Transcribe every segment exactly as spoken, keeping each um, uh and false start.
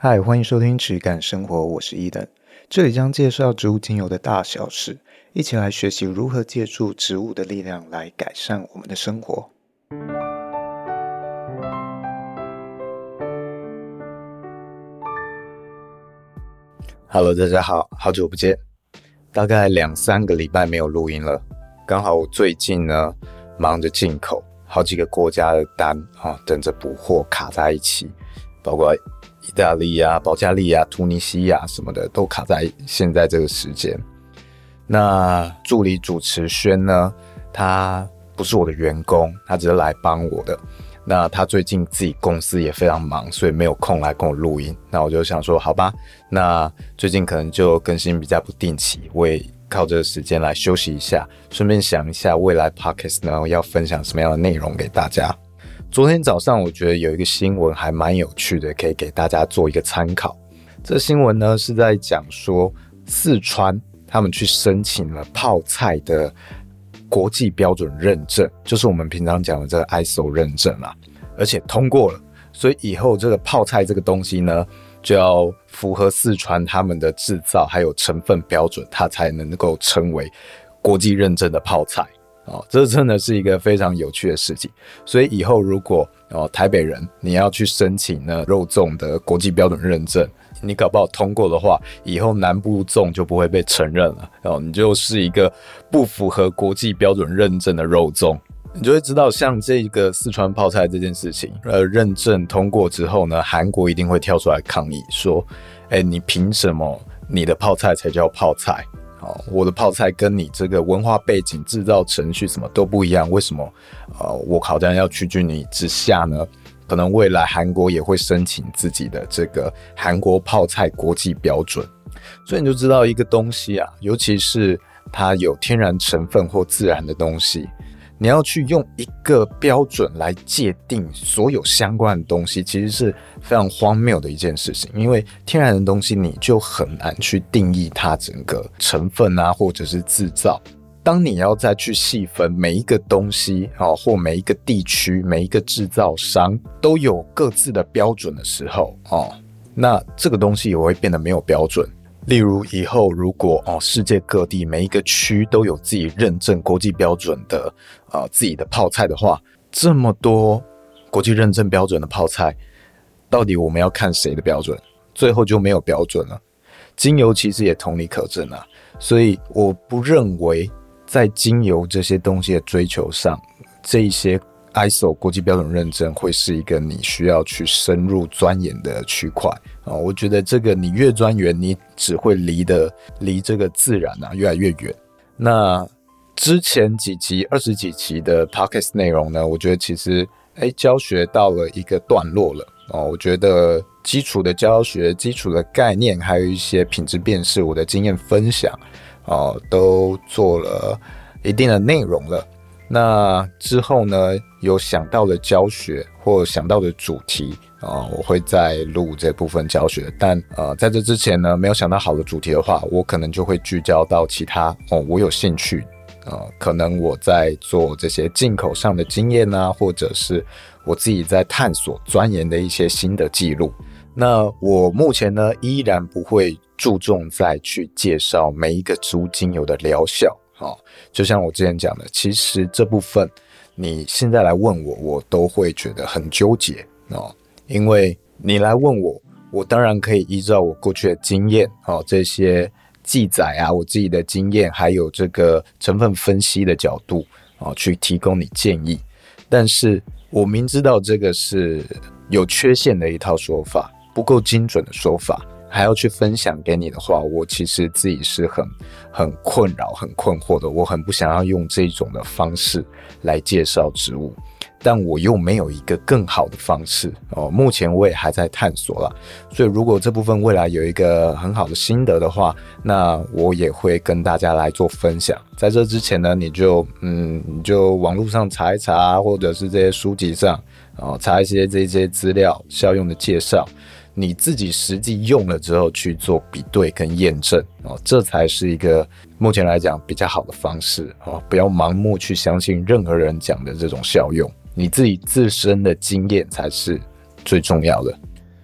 嗨，欢迎收听质感生活，我是伊登。这里将介绍植物精油的大小事，一起来学习如何借助植物的力量来改善我们的生活。Hello， 大家好，好久不见，大概两三个礼拜没有录音了。刚好我最近呢忙着进口，好几个国家的单啊、哦，等着补货卡在一起，包括意大利啊、保加利亚、突尼西亚什么的都卡在现在这个时间。那助理主持轩呢，他不是我的员工，他只是来帮我的。那他最近自己公司也非常忙，所以没有空来跟我录音。那我就想说，好吧，那最近可能就更新比较不定期，我也靠这个时间来休息一下，顺便想一下未来 Podcast 呢要分享什么样的内容给大家。昨天早上我觉得有一个新闻还蛮有趣的，可以给大家做一个参考。这个新闻呢是在讲说四川他们去申请了泡菜的国际标准认证，就是我们平常讲的这个 I S O 认证啦，而且通过了，所以以后这个泡菜这个东西呢就要符合四川他们的制造还有成分标准，它才能够称为国际认证的泡菜。哦，这真的是一个非常有趣的事情，所以以后如果、哦、台北人你要去申请呢肉粽的国际标准认证，你搞不好通过的话，以后南部粽就不会被承认了、哦、你就是一个不符合国际标准认证的肉粽。你就会知道，像这个四川泡菜这件事情，呃，认证通过之后呢，韩国一定会跳出来抗议说，哎，你凭什么你的泡菜才叫泡菜？哦，我的泡菜跟你这个文化背景、制造程序什么都不一样，为什么呃我好像要屈居你之下呢？可能未来韩国也会申请自己的这个韩国泡菜国际标准，所以你就知道一个东西啊，尤其是它有天然成分或自然的东西，你要去用一个标准来界定所有相关的东西，其实是非常荒谬的一件事情。因为天然的东西你就很难去定义它整个成分啊，或者是制造。当你要再去细分每一个东西、哦、或每一个地区、每一个制造商都有各自的标准的时候、哦、那这个东西也会变得没有标准。例如以后如果、哦、世界各地每一个区都有自己认证国际标准的、呃、自己的泡菜的话，这么多国际认证标准的泡菜，到底我们要看谁的标准？最后就没有标准了。精油其实也同理可证啊，所以我不认为在精油这些东西的追求上，这一些 I S O 国际标准认证会是一个你需要去深入钻研的区块、哦、我觉得这个你越钻研，你只会离的离这个自然啊越来越远。那之前几集二十几集的 Podcast 内容呢，我觉得其实哎教学到了一个段落了、哦、我觉得基础的教学、基础的概念，还有一些品质辨识，我的经验分享哦，都做了一定的内容了。那之后呢，有想到的教学或想到的主题、呃、我会再录这部分教学。但呃，在这之前呢，没有想到好的主题的话，我可能就会聚焦到其他哦，我有兴趣呃，可能我在做这些进口上的经验啊，或者是我自己在探索钻研的一些新的记录。那我目前呢，依然不会注重在去介绍每一个植物精油的疗效、哦、就像我之前讲的，其实这部分你现在来问我，我都会觉得很纠结、哦、因为你来问我，我当然可以依照我过去的经验、哦、这些记载啊，我自己的经验，还有这个成分分析的角度、哦、去提供你建议。但是我明知道这个是有缺陷的一套说法，不够精准的说法，还要去分享给你的话，我其实自己是很很困扰、很困惑的。我很不想要用这种的方式来介绍植物，但我又没有一个更好的方式、哦、目前我也还在探索啦。所以如果这部分未来有一个很好的心得的话，那我也会跟大家来做分享。在这之前呢，你就嗯，你就网络上查一查，或者是这些书籍上、哦、查一些这些资料、效用的介绍，你自己实际用了之后去做比对跟验证、哦、这才是一个目前来讲比较好的方式、哦、不要盲目去相信任何人讲的这种效用，你自己自身的经验才是最重要的。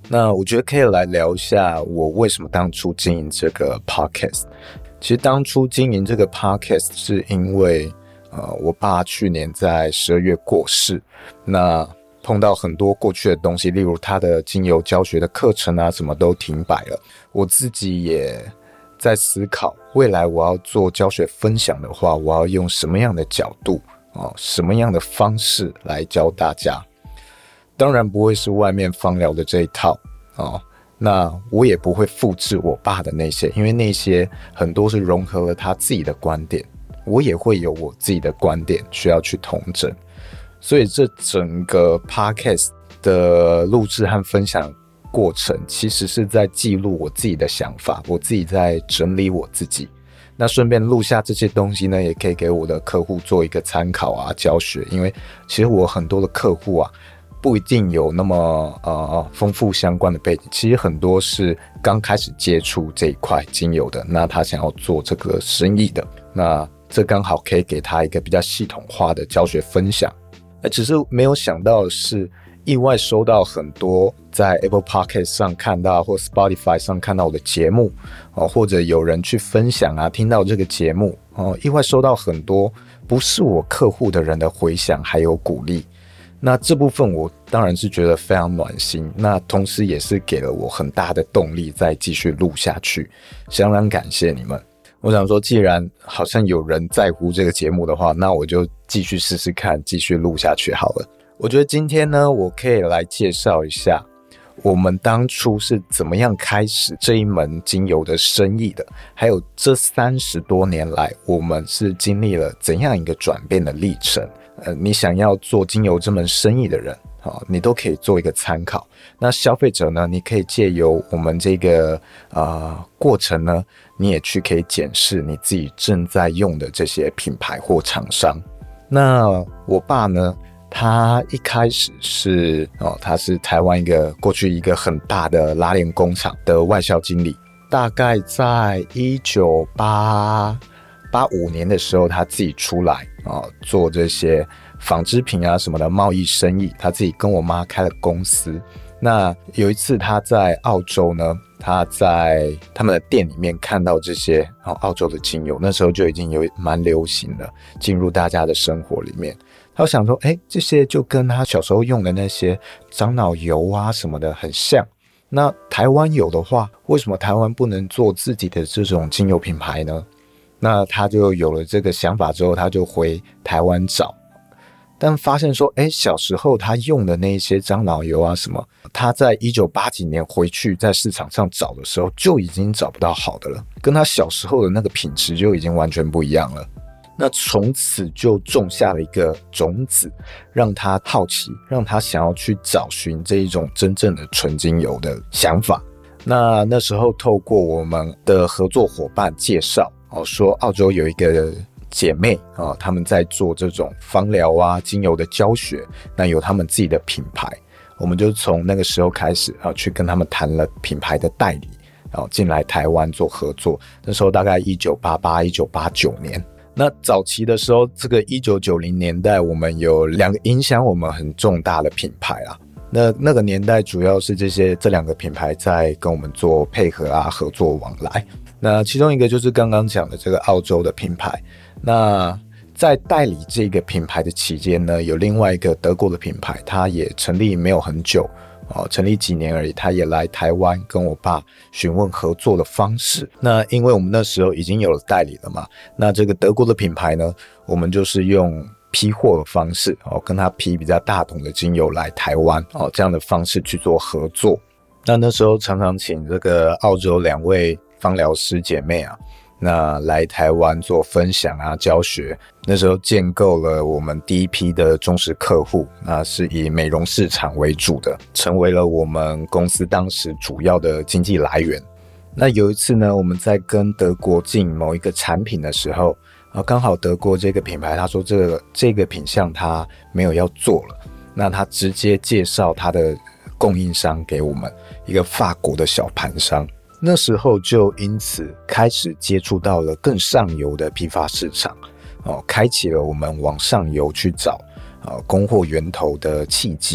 那我觉得可以来聊一下我为什么当初经营这个 podcast。其实当初经营这个 podcast 是因为呃，我爸去年在十二月过世，那碰到很多过去的东西，例如他的精油教学的课程啊，什么都停摆了。我自己也在思考，未来我要做教学分享的话，我要用什么样的角度、哦、什么样的方式来教大家。当然不会是外面芳疗的这一套、哦、那我也不会复制我爸的那些，因为那些很多是融合了他自己的观点，我也会有我自己的观点需要去统整。所以这整个 podcast 的录制和分享过程，其实是在记录我自己的想法，我自己在整理我自己。那顺便录下这些东西呢，也可以给我的客户做一个参考啊，教学。因为其实我很多的客户啊，不一定有那么呃丰富相关的背景，其实很多是刚开始接触这一块精油的，那他想要做这个生意的，那这刚好可以给他一个比较系统化的教学分享。只是没有想到的是，意外收到很多在 Apple Podcast 上看到或 Spotify 上看到我的节目、哦、或者有人去分享啊，听到这个节目、哦、意外收到很多不是我客户的人的回响还有鼓励。那这部分我当然是觉得非常暖心，那同时也是给了我很大的动力再继续录下去，相当感谢你们。我想说，既然好像有人在乎这个节目的话，那我就继续试试看，继续录下去好了。我觉得今天呢，我可以来介绍一下我们当初是怎么样开始这一门精油的生意的，还有这三十多年来我们是经历了怎样一个转变的历程。呃，你想要做精油这门生意的人、哦、你都可以做一个参考。那消费者呢，你可以借由我们这个呃过程呢，你也去可以检视你自己正在用的这些品牌或厂商。那我爸呢，他一开始是哦，他是台湾一个过去一个很大的拉链工厂的外销经理，大概在一九八五年的时候，他自己出来、哦、做这些纺织品啊什么的贸易生意，他自己跟我妈开了公司。那有一次他在澳洲呢，他在他们的店里面看到这些、哦、澳洲的精油，那时候就已经有蛮流行的，进入大家的生活里面。他想说，哎，这些就跟他小时候用的那些樟脑油啊什么的很像。那台湾有的话，为什么台湾不能做自己的这种精油品牌呢？那他就有了这个想法之后，他就回台湾找，但发现说，哎，小时候他用的那些樟脑油啊什么，他在一九八几年回去在市场上找的时候，就已经找不到好的了，跟他小时候的那个品质就已经完全不一样了。那从此就种下了一个种子，让他好奇，让他想要去找寻这一种真正的纯精油的想法。那那时候透过我们的合作伙伴介绍、哦、说澳洲有一个姐妹、哦、他们在做这种芳疗啊精油的教学，那有他们自己的品牌，我们就从那个时候开始、哦、去跟他们谈了品牌的代理，然后进来台湾做合作。那时候大概一九八八、一九八九年。那早期的时候，这个一九九零年代，我们有两个影响我们很重大的品牌啊。那那个年代主要是这些这两个品牌在跟我们做配合啊，合作往来。那其中一个就是刚刚讲的这个澳洲的品牌。那在代理这个品牌的期间呢，有另外一个德国的品牌，它也成立没有很久。哦，成立几年而已，他也来台湾跟我爸询问合作的方式。那因为我们那时候已经有了代理了嘛，那这个德国的品牌呢，我们就是用批货的方式、哦、跟他批比较大桶的精油来台湾、哦、这样的方式去做合作。那那时候常常请这个澳洲两位芳疗师姐妹啊，那来台湾做分享啊教学。那时候建构了我们第一批的忠实客户，那是以美容市场为主的，成为了我们公司当时主要的经济来源。那有一次呢，我们在跟德国进某一个产品的时候，刚好德国这个品牌他说这个这个品项他没有要做了，那他直接介绍他的供应商给我们，一个法国的小盘商。那时候就因此开始接触到了更上游的批发市场、哦、开启了我们往上游去找、哦、供货源头的契机。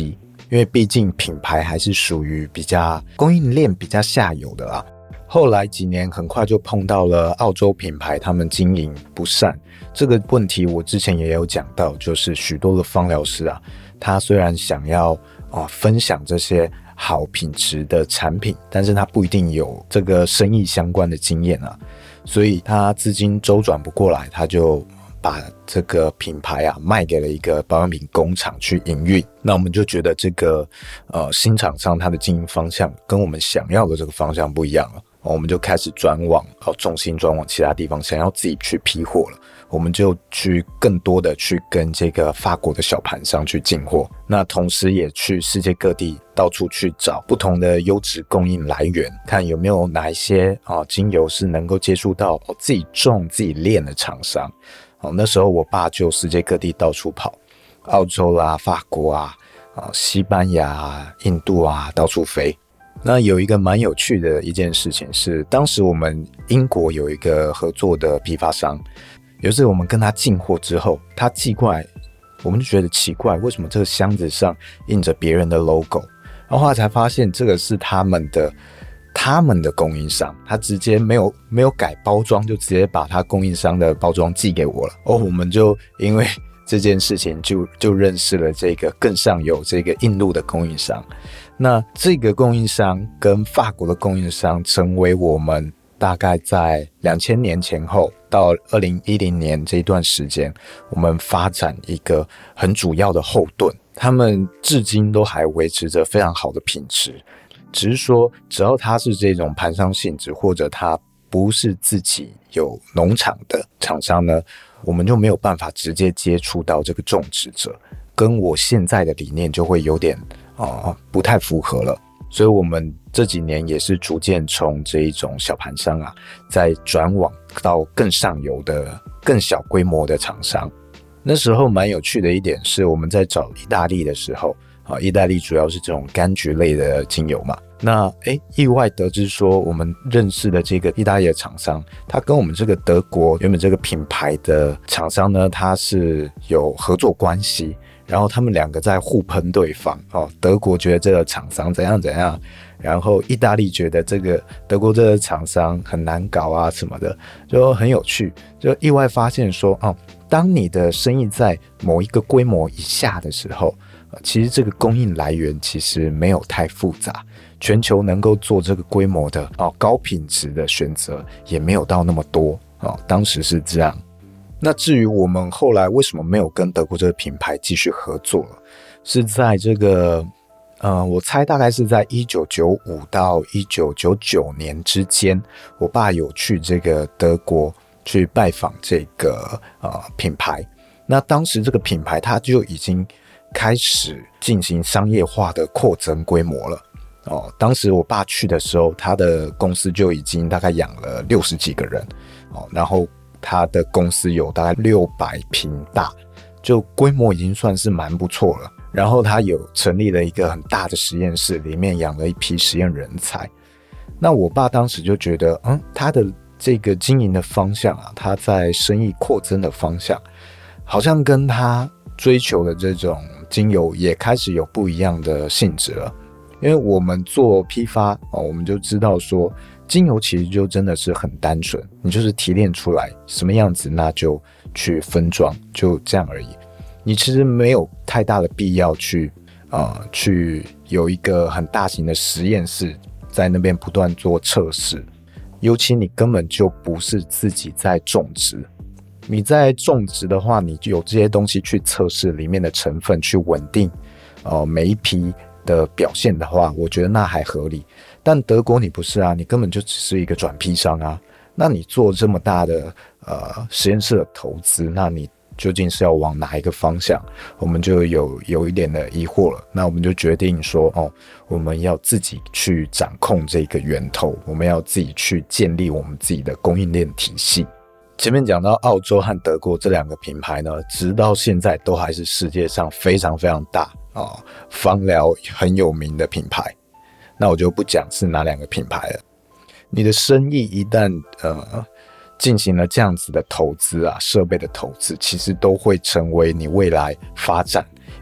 因为毕竟品牌还是属于比较供应链比较下游的啦。后来几年很快就碰到了澳洲品牌他们经营不善这个问题，我之前也有讲到，就是许多的芳疗师啊，他虽然想要、呃、分享这些好品质的产品，但是他不一定有这个生意相关的经验啊，所以他资金周转不过来，他就把这个品牌啊卖给了一个保养品工厂去营运。那我们就觉得这个呃新厂商他的经营方向跟我们想要的这个方向不一样了，我们就开始转往哦重心转往其他地方，想要自己去批货了。我们就去更多的去跟这个法国的小盘商去进货，那同时也去世界各地到处去找不同的优质供应来源，看有没有哪一些啊精油是能够接触到、哦、自己种自己炼的厂商。哦，那时候我爸就世界各地到处跑，澳洲啦、法国啊、啊西班牙啊、印度啊，到处飞。那有一个蛮有趣的一件事情是，当时我们英国有一个合作的批发商，有一次我们跟他进货之后，他寄过来，我们就觉得奇怪，为什么这个箱子上印着别人的 logo？ 然后后来才发现这个是他们的他们的供应商，他直接没有没有改包装，就直接把他供应商的包装寄给我了。哦，我们就因为这件事情就就认识了这个更上游这个印度的供应商。那这个供应商跟法国的供应商成为我们大概在两千年前后到二零一零年这一段时间，我们发展一个很主要的后盾，他们至今都还维持着非常好的品质。只是说只要它是这种盘商性质，或者它不是自己有农场的厂商呢，我们就没有办法直接接触到这个种植者，跟我现在的理念就会有点、呃、不太符合了。所以我们这几年也是逐渐从这一种小盘商啊，再转往到更上游的更小规模的厂商。那时候蛮有趣的一点是，我们在找意大利的时候啊，意大利主要是这种柑橘类的精油嘛。那诶，意外得知说，我们认识的这个意大利的厂商，他跟我们这个德国原本这个品牌的厂商呢，他是有合作关系。然后他们两个在互喷对方、哦、德国觉得这个厂商怎样怎样，然后意大利觉得这个德国这个厂商很难搞啊什么的，就很有趣。就意外发现说、哦、当你的生意在某一个规模以下的时候，其实这个供应来源其实没有太复杂，全球能够做这个规模的、哦、高品质的选择也没有到那么多、哦、当时是这样。那至于我们后来为什么没有跟德国这个品牌继续合作了，是在这个呃，我猜大概是在一九九五到一九九九年之间，我爸有去这个德国去拜访这个呃品牌。那当时这个品牌它就已经开始进行商业化的扩增规模了。哦，当时我爸去的时候，他的公司就已经大概养了六十几个人，哦，然后他的公司有大概六百坪大，就规模已经算是蛮不错了。然后他有成立了一个很大的实验室，里面养了一批实验人才。那我爸当时就觉得，嗯，他的这个经营的方向啊，他在生意扩增的方向，好像跟他追求的这种精油也开始有不一样的性质了。因为我们做批发、哦、我们就知道说，精油其实就真的是很单纯，你就是提炼出来什么样子，那就去分装，就这样而已。你其实没有太大的必要去呃，去有一个很大型的实验室在那边不断做测试，尤其你根本就不是自己在种植。你在种植的话，你就有这些东西去测试里面的成分，去稳定呃每一批的表现的话，我觉得那还合理。但德国你不是啊，你根本就只是一个转批商啊。那你做这么大的呃实验室的投资，那你究竟是要往哪一个方向？我们就有有一点的疑惑了。那我们就决定说，哦，我们要自己去掌控这个源头，我们要自己去建立我们自己的供应链体系。前面讲到澳洲和德国这两个品牌呢，直到现在都还是世界上非常非常大啊，芳疗很有名的品牌。那我就不讲是哪两个品牌了。你的生意一旦呃进行了这样子的投资啊，设备的投资，其实都会成为你未来发展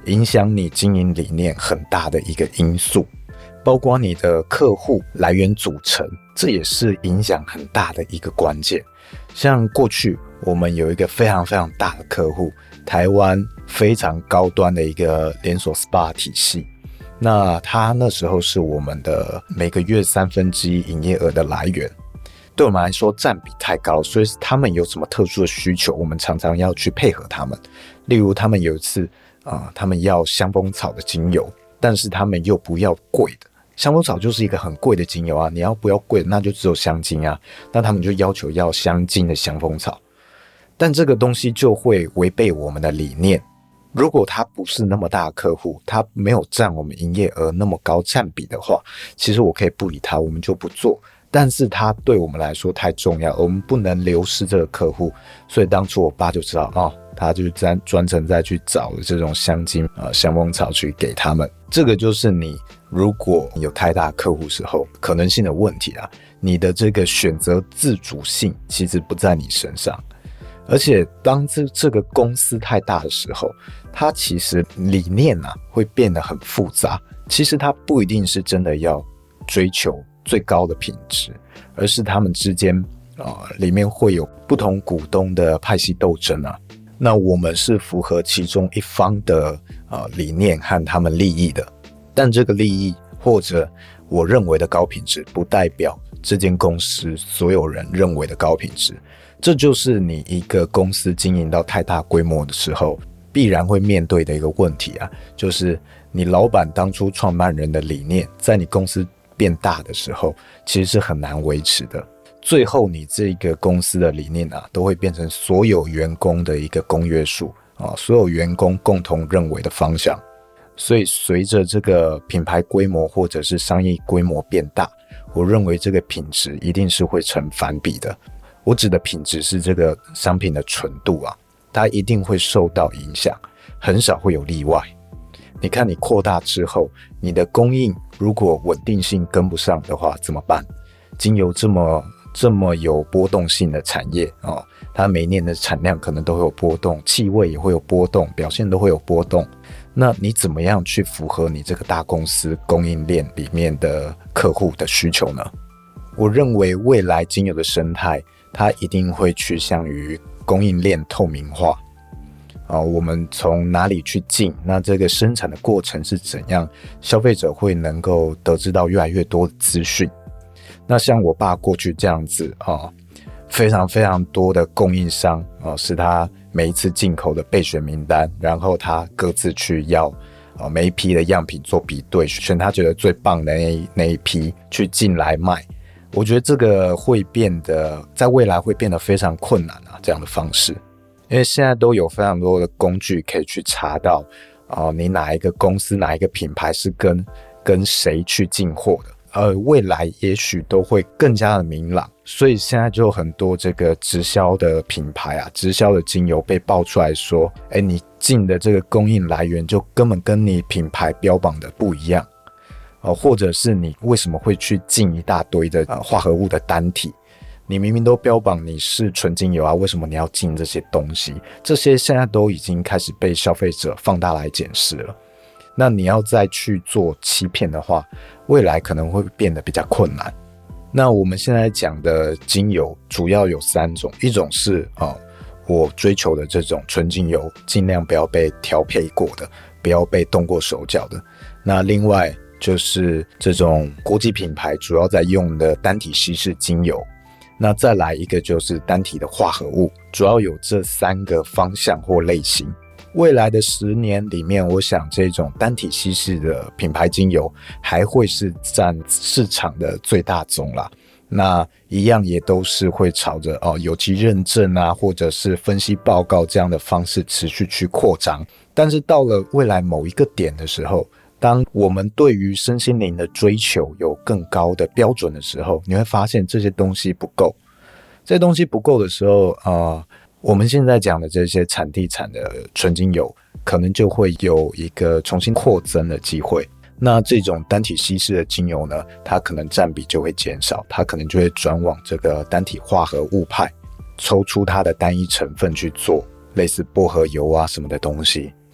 影响你经营理念很大的一个因素。包括你的客户来源组成，这也是影响很大的一个关键。像过去我们有一个非常非常大的客户，台湾非常高端的一个连锁 S P A 体系，那他那时候是我们的每个月三分之一营业额的来源，对我们来说占比太高，所以他们有什么特殊的需求，我们常常要去配合他们。例如他们有一次、呃、他们要香蜂草的精油，但是他们又不要贵的，香蜂草就是一个很贵的精油啊，你要不要贵的，那就只有香精啊，那他们就要求要香精的香蜂草，但这个东西就会违背我们的理念。如果他不是那么大的客户，他没有占我们营业额那么高占比的话，其实我可以不理他，我们就不做。但是他对我们来说太重要，我们不能流失这个客户，所以当初我爸就知道哦，他就专专程再去找了这种香精呃香蜂草去给他们。这个就是你如果有太大客户时候可能性的问题啊，你的这个选择自主性其实不在你身上。而且当 这, 这个公司太大的时候，它其实理念啊会变得很复杂。其实它不一定是真的要追求最高的品质，而是他们之间、呃、里面会有不同股东的派系斗争啊。那我们是符合其中一方的、呃、理念和他们利益的，但这个利益或者我认为的高品质，不代表这间公司所有人认为的高品质。这就是你一个公司经营到太大规模的时候必然会面对的一个问题啊，就是你老板当初创办人的理念在你公司变大的时候其实是很难维持的。最后你这个公司的理念啊都会变成所有员工的一个公约数啊，所有员工共同认为的方向。所以随着这个品牌规模或者是商业规模变大，我认为这个品质一定是会成反比的。我指的品质是这个商品的纯度啊，它一定会受到影响，很少会有例外。你看你扩大之后，你的供应如果稳定性跟不上的话怎么办？精油这么这么有波动性的产业、哦、它每年的产量可能都会有波动，气味也会有波动，表现都会有波动。那你怎么样去符合你这个大公司供应链里面的客户的需求呢？我认为未来精油的生态它一定会趋向于供应链透明化、哦、我们从哪里去进，那这个生产的过程是怎样，消费者会能够得知到越来越多的资讯。那像我爸过去这样子、哦、非常非常多的供应商、哦、是他每一次进口的备选名单，然后他各自去要、哦、每一批的样品做比对，选他觉得最棒的 那 一, 那一批去进来卖。我觉得这个会变得在未来会变得非常困难啊，这样的方式。因为现在都有非常多的工具可以去查到、呃、你哪一个公司哪一个品牌是跟跟谁去进货的，呃，未来也许都会更加的明朗。所以现在就有很多这个直销的品牌啊，直销的精油被爆出来说，哎，你进的这个供应来源就根本跟你品牌标榜的不一样。呃、或者是你为什么会去进一大堆的、呃、化合物的单体，你明明都标榜你是纯精油啊，为什么你要进这些东西？这些现在都已经开始被消费者放大来检视了。那你要再去做欺骗的话，未来可能会变得比较困难。那我们现在讲的精油主要有三种，一种是、呃、我追求的这种纯精油，尽量不要被调配过的，不要被动过手脚的。那另外就是这种国际品牌主要在用的单体稀释精油，那再来一个就是单体的化合物，主要有这三个方向或类型。未来的十年里面，我想这种单体稀释的品牌精油还会是占市场的最大宗啦。那一样也都是会朝着、哦、有机认证啊，或者是分析报告这样的方式持续去扩张。但是到了未来某一个点的时候，当我们对于身心灵的追求有更高的标准的时候，你会发现这些东西不够。这些东西不够的时候、呃、我们现在讲的这些产地产的纯精油可能就会有一个重新扩增的机会。那这种单体稀释的精油呢，它可能占比就会减少，它可能就会转往这个单体化合物派，抽出它的单一成分去做类似薄荷油啊什么的东西。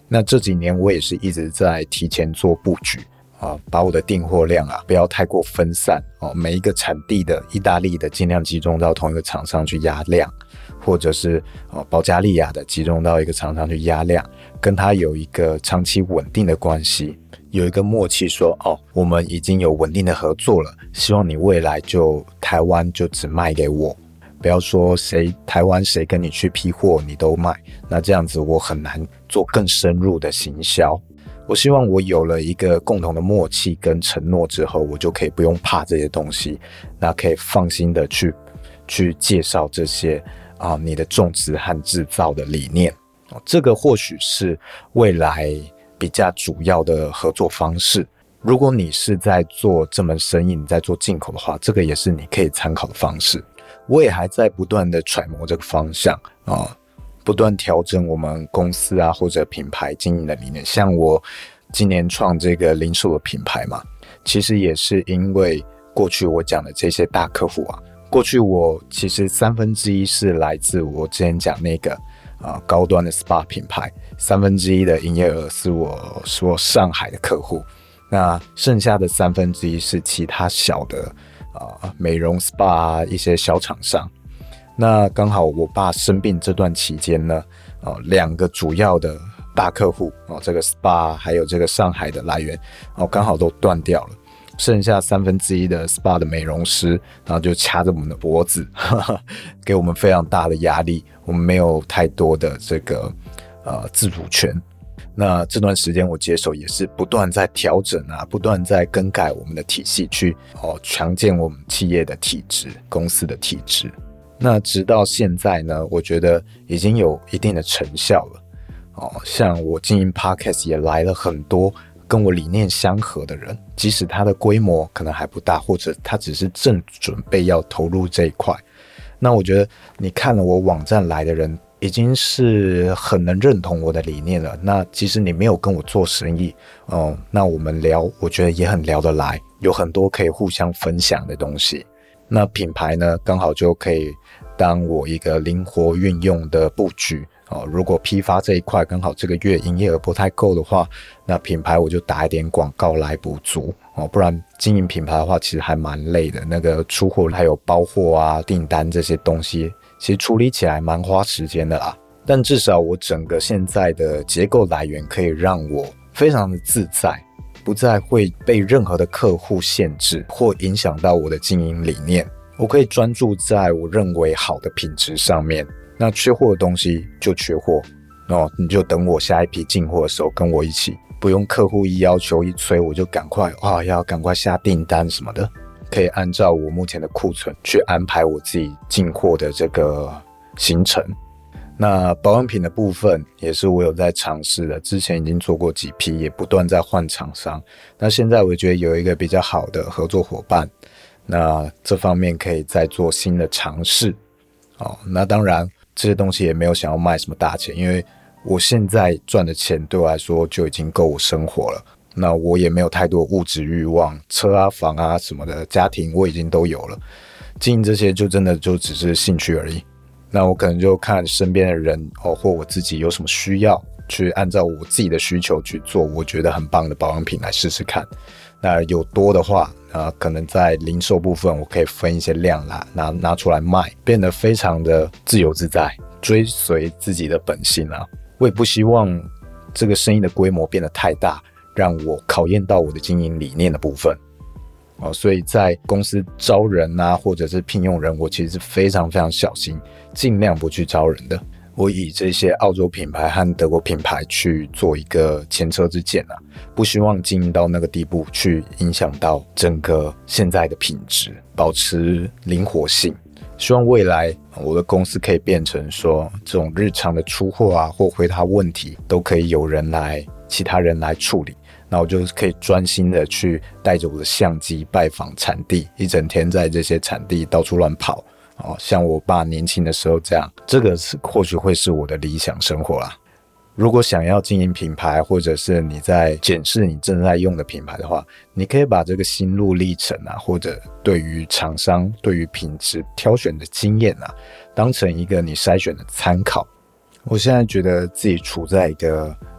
那这几年我也是一直在提前做布局啊，把我的订货量啊不要太过分散哦，每一个产地的意大利的尽量集中到同一个厂商去压量，或者是哦保加利亚的集中到一个厂商去压量，跟它有一个长期稳定的关系，有一个默契说哦，我们已经有稳定的合作了，希望你未来就台湾就只卖给我，不要说谁台湾谁跟你去批货你都卖，那这样子我很难做更深入的行销。我希望我有了一个共同的默契跟承诺之后，我就可以不用怕这些东西，那可以放心的去去介绍这些啊你的种植和制造的理念。这个或许是未来比较主要的合作方式。如果你是在做这门生意，你在做进口的话，这个也是你可以参考的方式。我也还在不断的揣摩这个方向啊，不断调整我们公司啊或者品牌经营的理念。像我今年创这个零售的品牌嘛，其实也是因为过去我讲的这些大客户啊，过去我其实三分之一是来自我之前讲那个啊高端的 S P A 品牌，三分之一的营业额是我是我上海的客户，那剩下的三分之一是其他小的啊美容 S P A 啊一些小厂商。那刚好我爸生病这段期间呢，呃，两个主要的大客户哦，这个 S P A 还有这个上海的来源哦，刚好都断掉了，剩下三分之一的 S P A 的美容师，然后就掐着我们的脖子，呵呵，给我们非常大的压力，我们没有太多的这个呃自主权。那这段时间我接手也是不断在调整啊，不断在更改我们的体系去哦强健我们企业的体质，公司的体质。那直到现在呢，我觉得已经有一定的成效了哦。像我经营 Podcast 也来了很多跟我理念相合的人，即使他的规模可能还不大，或者他只是正准备要投入这一块。那我觉得你看了我网站来的人，已经是很能认同我的理念了。那即使你没有跟我做生意哦，那我们聊，我觉得也很聊得来，有很多可以互相分享的东西。那品牌呢，刚好就可以当我一个灵活运用的布局哦。如果批发这一块刚好这个月营业额不太够的话，那品牌我就打一点广告来补足哦。不然经营品牌的话，其实还蛮累的。那个出货还有包货啊、订单这些东西，其实处理起来蛮花时间的啦。但至少我整个现在的结构来源可以让我非常的自在。不再会被任何的客户限制或影响到我的经营理念，我可以专注在我认为好的品质上面。那缺货的东西就缺货哦，你就等我下一批进货的时候跟我一起，不用客户一要求一催我就赶快哇要赶快下订单什么的，可以按照我目前的库存去安排我自己进货的这个行程。那保养品的部分也是我有在尝试的，之前已经做过几批，也不断在换厂商。那现在我觉得有一个比较好的合作伙伴，那这方面可以再做新的尝试。哦，那当然这些东西也没有想要卖什么大钱，因为我现在赚的钱对我来说就已经够我生活了。那我也没有太多物质欲望，车啊、房啊什么的，家庭我已经都有了。经营这些就真的就只是兴趣而已。那我可能就看身边的人哦，或我自己有什么需要，去按照我自己的需求去做我觉得很棒的保养品来试试看。那有多的话，呃，可能在零售部分我可以分一些量啦，拿拿出来卖，变得非常的自由自在，追随自己的本性啊。我也不希望这个生意的规模变得太大，让我考验到我的经营理念的部分。哦，所以在公司招人啊，或者是聘用人，我其实是非常非常小心，尽量不去招人的。我以这些澳洲品牌和德国品牌去做一个前车之鉴啊，不希望经营到那个地步去影响到整个现在的品质，保持灵活性。希望未来我的公司可以变成说，这种日常的出货啊，或回答问题都可以有人来，其他人来处理。那我就可以专心的去带着我的相机拜访产地，一整天在这些产地到处乱跑哦，像我爸年轻的时候这样，这个是或许会是我的理想生活啦。如果想要经营品牌，或者是你在检视你正在用的品牌的话，你可以把这个心路历程啊，或者对于厂商对于品质挑选的经验啊，当成一个你筛选的参考。我现在觉得自己处在一个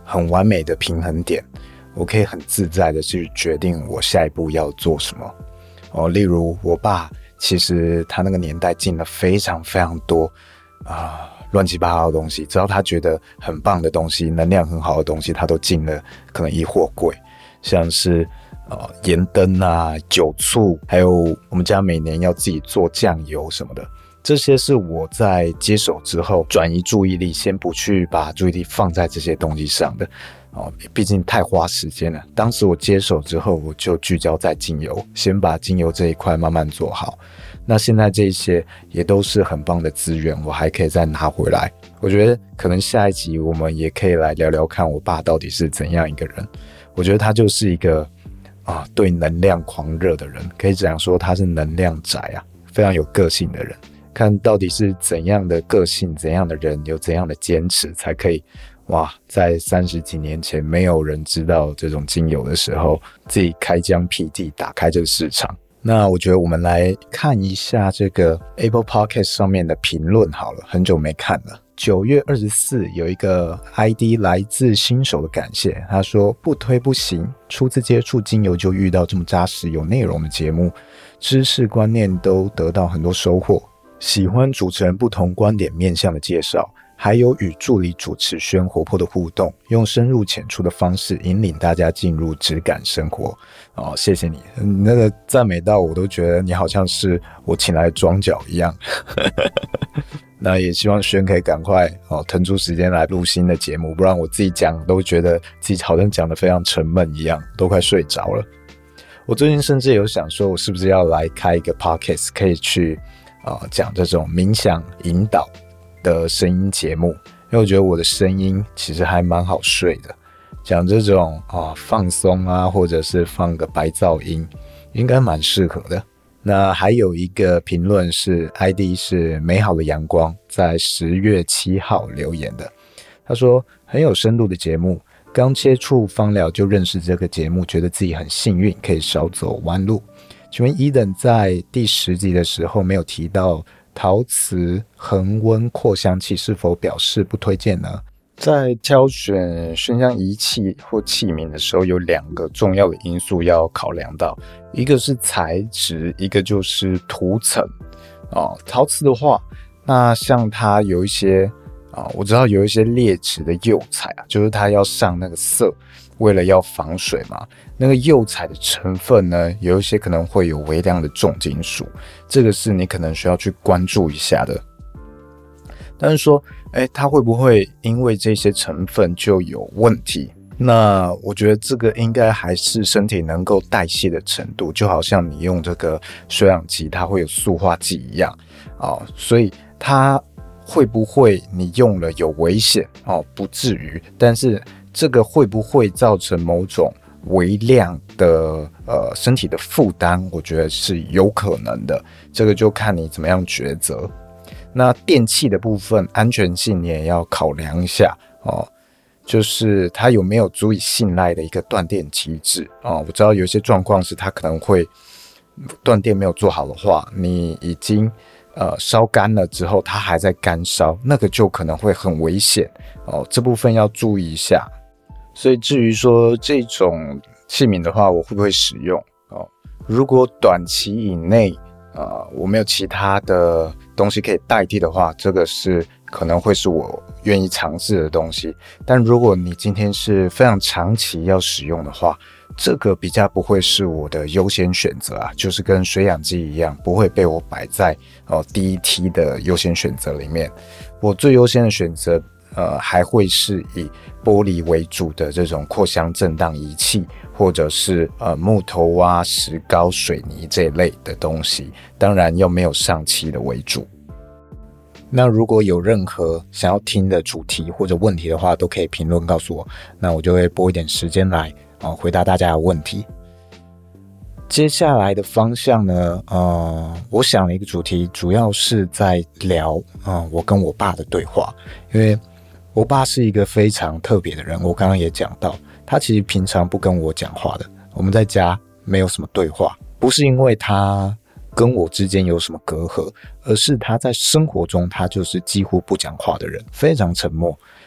很完美的平衡点，我可以很自在的去决定我下一步要做什么。哦，例如我爸，其实他那个年代进了非常非常多啊、呃、乱七八糟的东西，只要他觉得很棒的东西，能量很好的东西，他都进了可能一货柜，像是呃盐灯啊、酒醋，还有我们家每年要自己做酱油什么的。这些是我在接手之后转移注意力，先不去把注意力放在这些东西上的哦，毕竟太花时间了。当时我接手之后，我就聚焦在精油，先把精油这一块慢慢做好。那现在这些也都是很棒的资源，我还可以再拿回来。我觉得可能下一集我们也可以来聊聊看我爸到底是怎样一个人。我觉得他就是一个啊对能量狂热的人，可以讲说他是能量宅啊，非常有个性的人。看到底是怎样的个性，怎样的人，有怎样的坚持，才可以哇，在三十几年前没有人知道这种精油的时候，自己开疆辟地，打开这个市场。那我觉得我们来看一下这个 Apple Podcast 上面的评论好了，很久没看了。九月二十四有一个 I D 来自新手的感谢，他说不推不行，初次接触精油就遇到这么扎实有内容的节目，知识观念都得到很多收获。喜欢主持人不同观点面向的介绍，还有与助理主持轩活泼的互动，用深入浅出的方式引领大家进入质感生活。哦，谢谢你，你那个赞美到我都觉得你好像是我请来的庄脚一样。那也希望轩可以赶快哦腾出时间来录新的节目，不然我自己讲都觉得自己好像讲得非常沉闷一样，都快睡着了。我最近甚至有想说，我是不是要来开一个 podcast， 可以去呃讲这种冥想引导的声音节目，因为我觉得我的声音其实还蛮好睡的，讲这种啊、呃、放松啊，或者是放个白噪音，应该蛮适合的。那还有一个评论是 I D 是美好的阳光，在十月七号留言的。他说很有深度的节目，刚接触芳疗就认识这个节目，觉得自己很幸运，可以少走弯路。请问 Eden 在第十集的时候没有提到陶瓷恒温扩香器，是否表示不推荐呢？在挑选熏香仪器或器皿的时候，有两个重要的因素要考量到，一个是材质，一个就是涂层。哦，陶瓷的话，那像它有一些啊，我知道有一些劣质的釉彩啊，就是它要上那个色，为了要防水嘛，那个釉彩的成分呢，有一些可能会有微量的重金属，这个是你可能需要去关注一下的。但是说，哎，它会不会因为这些成分就有问题？那我觉得这个应该还是身体能够代谢的程度，就好像你用这个水氧机，它会有塑化剂一样哦，所以它会不会你用了有危险哦？不至于，但是这个会不会造成某种微量的呃身体的负担？我觉得是有可能的，这个就看你怎么样抉择。那电器的部分安全性你也要考量一下哦，就是它有没有足以信赖的一个断电机制哦。我知道有些状况是它可能会断电没有做好的话，你已经呃烧干了之后，它还在干烧，那个就可能会很危险哦。这部分要注意一下。所以至于说这种器皿的话，我会不会使用哦？如果短期以内呃，我没有其他的东西可以代替的话，这个是可能会是我愿意尝试的东西。但如果你今天是非常长期要使用的话，这个比较不会是我的优先选择啊，就是跟水氧机一样，不会被我摆在哦第一梯的优先选择里面。我最优先的选择，呃，还会是以玻璃为主的这种扩香震荡仪器，或者是呃木头啊、石膏、水泥这一类的东西，当然要没有上漆的为主。那如果有任何想要听的主题或者问题的话，都可以评论告诉我，那我就会拨一点时间来、呃、回答大家的问题。接下来的方向呢，呃，我想了一个主题，主要是在聊、呃、我跟我爸的对话，因为我爸是一个非常特别的人，我刚刚也讲到，他其实平常不跟我讲话的，我们在家没有什么对话，不是因为他跟我之间有什么隔阂，而是他在生活中他就是几乎不讲话的人，非常沉默。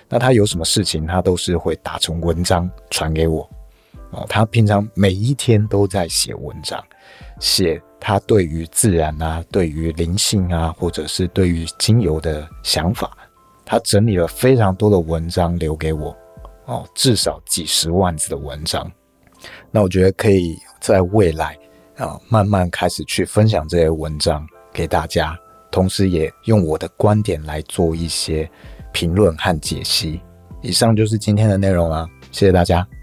那他有什么事情，他都是会打成文章传给我。哦，他平常每一天都在写文章，写他对于自然啊，对于灵性啊，或者是对于精油的想法。他整理了非常多的文章留给我，哦，至少几十万字的文章。那我觉得可以在未来啊，慢慢开始去分享这些文章给大家，同时也用我的观点来做一些评论和解析。以上就是今天的内容啦，谢谢大家。